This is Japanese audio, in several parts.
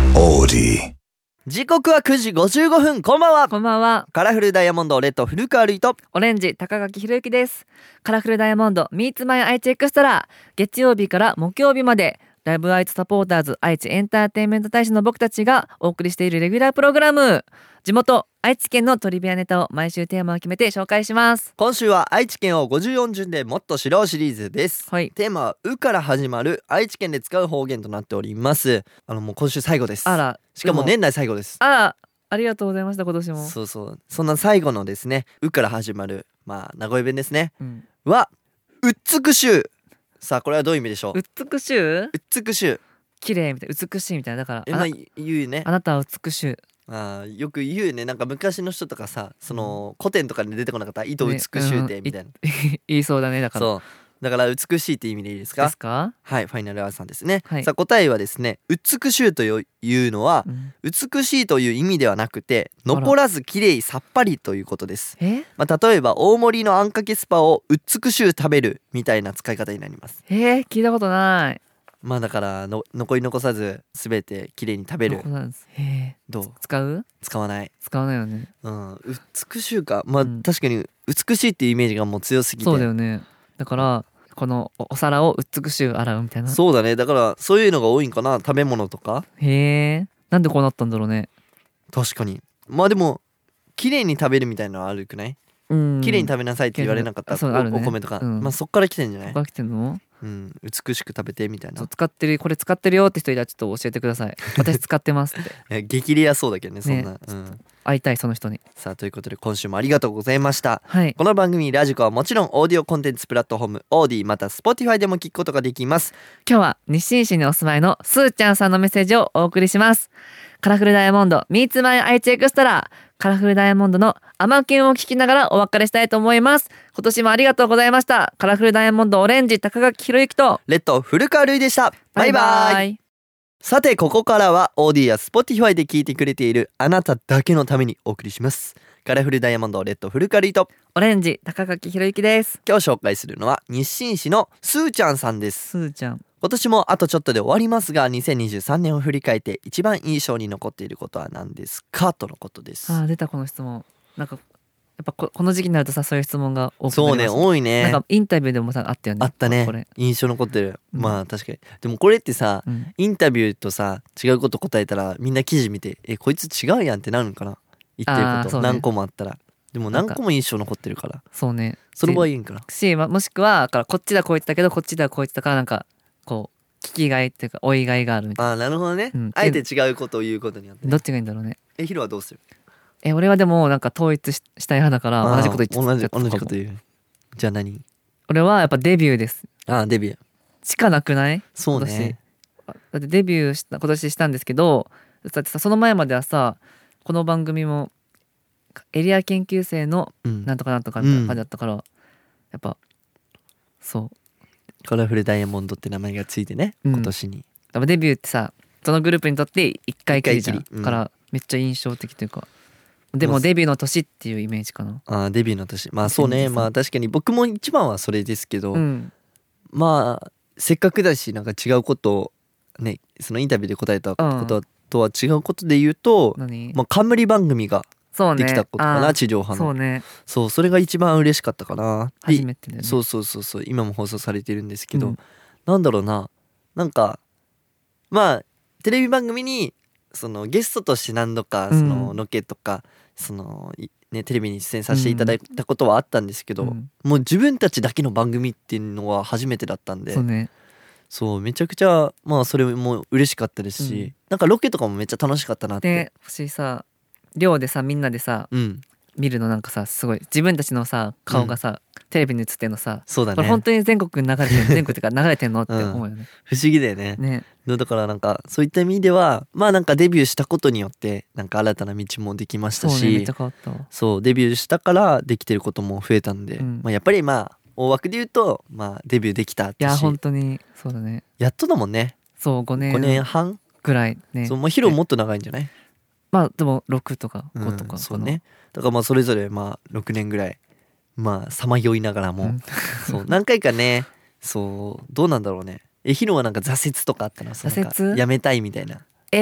オーディ。 時刻は9時55分。こんばんは。 こんばんは。 カラフルダイヤモンドレッド古川瑠衣とオレンジ高垣ひろゆきです。カラフルダイヤモンド Meets My 愛知エクストラ、月曜日から木曜日までライブアイツサポーターズ愛知エンターテインメント大使の僕たちがお送りしているレギュラープログラム。地元愛知県のトリビアネタを毎週テーマを決めて紹介します。 今週は愛知県を54順でもっと知ろうシリーズです、 はい。 テーマはうから始まる愛知県で使う方言となっております。もう今週最後です。 あら、 しかも年内最後です。 ありがとうございました。今年もそうそう、そんな最後のですね、うから始まる名古屋弁ですね、はうっつくしゅう。さあこれはどういう意味でしょう。 美しゅう、 うっつくしゅう、 綺麗みたいな、美しいみたいな。だから言うね。 あなたは美しゅう。 よく言うね。なんか昔の人とかさ、その古典とかに出てこなかった、糸美しゅうてみたいな、 言いそうだね。だからそうだから美しいって意味でいいですか。 ですか。 はい、ファイナルアンサーですね、 はい。 さあ答えはですね、美しゅうというのは、美しいという意味ではなくて、残らず綺麗さっぱりということです。例えば大盛りのあんかけスパを美しゅう食べるみたいな使い方になります。 聞いたことない。 だから残り残さずすべて綺麗に食べる。どう？使わない。 使わないよね。 美しゅうか。確かに美しいっていうイメージがもう強すぎて。 そうだよね。だからこのお皿を美しゅう洗うみたいな。 そうだね。だからそういうのが多いんかな、食べ物とか。 なんでこうなったんだろうね。 確かに。でも綺麗に食べるみたいなのは悪くない？綺麗に食べなさいって言われなかったお米とか、そっから来てんじゃない？ そっから来てんの？ 美しく食べてみたいな。 これ使ってるよって人いたらちょっと教えてください。私使ってますって激レアそうだけどね、そんな、 会いたいその人に。 さあということで今週もありがとうございました、 はい。 この番組ラジコはもちろんオーディオコンテンツプラットフォームオーディまた Spotify でも聞くことができます。 今日は日清市にお住まいのすーちゃんさんのメッセージをお送りします。カラフルダイヤモンド Meets My 愛知エクストラ、カラフルダイヤモンドのアマキュンを聞きながらお別れしたいと思います。今年もありがとうございました。カラフルダイヤモンドオレンジ高垣ひろゆきとレッド古川瑠衣でした。バイバイ。さてここからはオーディや Spotify で聞いてくれているあなただけのためにお送りします。カラフルダイヤモンドレッド古川瑠衣とオレンジ高垣ひろゆきです。 今日紹介するのは日清市のすーちゃんさんです。 すーちゃん、 今年もあとちょっとで終わりますが、2023年を振り返って一番印象に残っていることは何ですかとのことです。 出たこの質問。なんかやっぱこの時期になるとさ、そういう質問が多くなります。 そうね、多いね。 なんかインタビューでもさあったよね。 あったね。 これ印象残ってる。確かに。でもこれってさ、インタビューとさ違うこと答えたらみんな記事見てこいつ違うやんってなるのかな、言ってること、何個もあったら。でも何個も印象残ってるから。 そうね。 その場合いいんかな。 もしくはこっちだこいつだけどこっちだこいつだからなんかこう聞きがいっていうか追いがいがあるみたいな。 なるほどね、あえて違うことを言うことによって、 どっちがいいんだろうね。 ヒロはどうする？ 俺はでもなんか統一したい派だから同じこと言っちゃった。 同じこと言う。じゃあ何？ 俺はやっぱデビューです。 デビューしかなくない？ そうね。 だってデビュー今年したんですけど、だってさ、その前まではさ、この番組もエリア研究生のなんとかなんとかみたいな感じだったから、やっぱそうカラフルダイヤモンドって名前がついてね、今年に。 デビューってさ、そのグループにとって1回きりじゃん、からめっちゃ印象的というか。でもデビューの年っていうイメージかな。 デビューの年。そうね。確かに僕も一番はそれですけど、せっかくだしなんか違うことをね、そのインタビューで答えたこととは違うことで言うと、冠番組ができたことかな、地上波の。 そうね。 それが一番嬉しかったかな。 初めてだよね。 そう今も放送されてるんですけど、なんだろうな、なんかテレビ番組にそのゲストとして何度かそのロケとかそのテレビに出演させていただいたことはあったんですけど、もう自分たちだけの番組っていうのは初めてだったんで、そうめちゃくちゃそれも嬉しかったですし、なんかロケとかもめっちゃ楽しかったなって。 私さ、寮でさみんなでさ、見るのなんかさ、すごい自分たちのさ顔がさ、テレビに映ってんのさ、 そうだね、 これ本当に全国に流れてる全国ってか流れてんのって思うよね、 不思議だよね。だからなんかそういった意味ではなんかデビューしたことによってなんか新たな道もできましたし、 そうね、めっちゃ変わったわ。 そうデビューしたからできてることも増えたんで、やっぱり大枠で言うとデビューできたってし、 いや本当にそうだね。 やっとだもんね。 そう5 年半ぐらいね。 そうヒロもっと長いんじゃない？ でも6とか5とか、 そうね。だからそれぞれ6年ぐらいさまよいながらも、そう何回かね、そうどうなんだろうね。ヒロはなんか挫折とかあったの？ 挫折？ やめたいみたいな。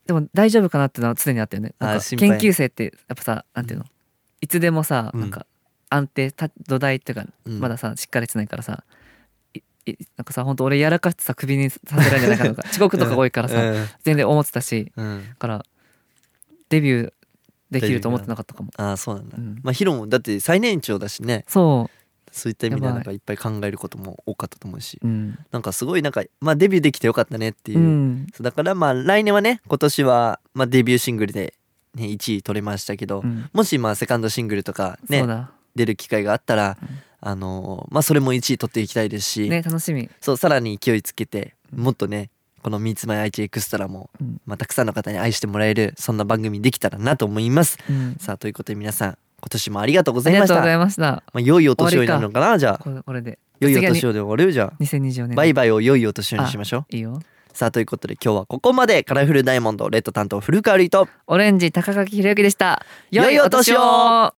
でも大丈夫かなっていうのは常にあったよね。なんか心配研究生ってやっぱさ、なんていうの、いつでもさ、 うんなんか安定土台っていうか、 うんまださしっかりしてないからさ、なんかさ本当俺やらかしてさクビにさせられるんじゃないかとか遅刻とか多いからさ、全然思ってたし、だからデビューできると思ってなかったかも。 ああそうなんだ、 うんまあヒロもだって最年長だしね、 そそういった意味でやばはいなんかいっぱい考えることも多かったと思うし、 う、うんなんかすごいなんかまあデビューできてよかったねっていう、 うんそうだからまあ来年はね、今年はまあデビューシングルで、ね、1位取れましたけど、 うんもしまあセカンドシングルとかねそうだ出る機会があったら、まあそれも1位取っていきたいですし、 ね、楽しみ。 そうさらに勢いつけてもっとねこの Meets My 愛知エクストラも、 うんまあ、たくさんの方に愛してもらえるそんな番組できたらなと思います。 うんさあということで皆さん今年もありがとうごありがとうございました。 ざいました。 まあ、良いお年をになるのかなじゃあこれで良いお年次はをで終わるよじゃあ 2024年バイバイを良いお年をにしましょう。 いいよ。 さあということで今日はここまで。カラフルダイヤモンドレッド担当古川瑠衣とオレンジ高垣ひろゆきでした。 良いお年を。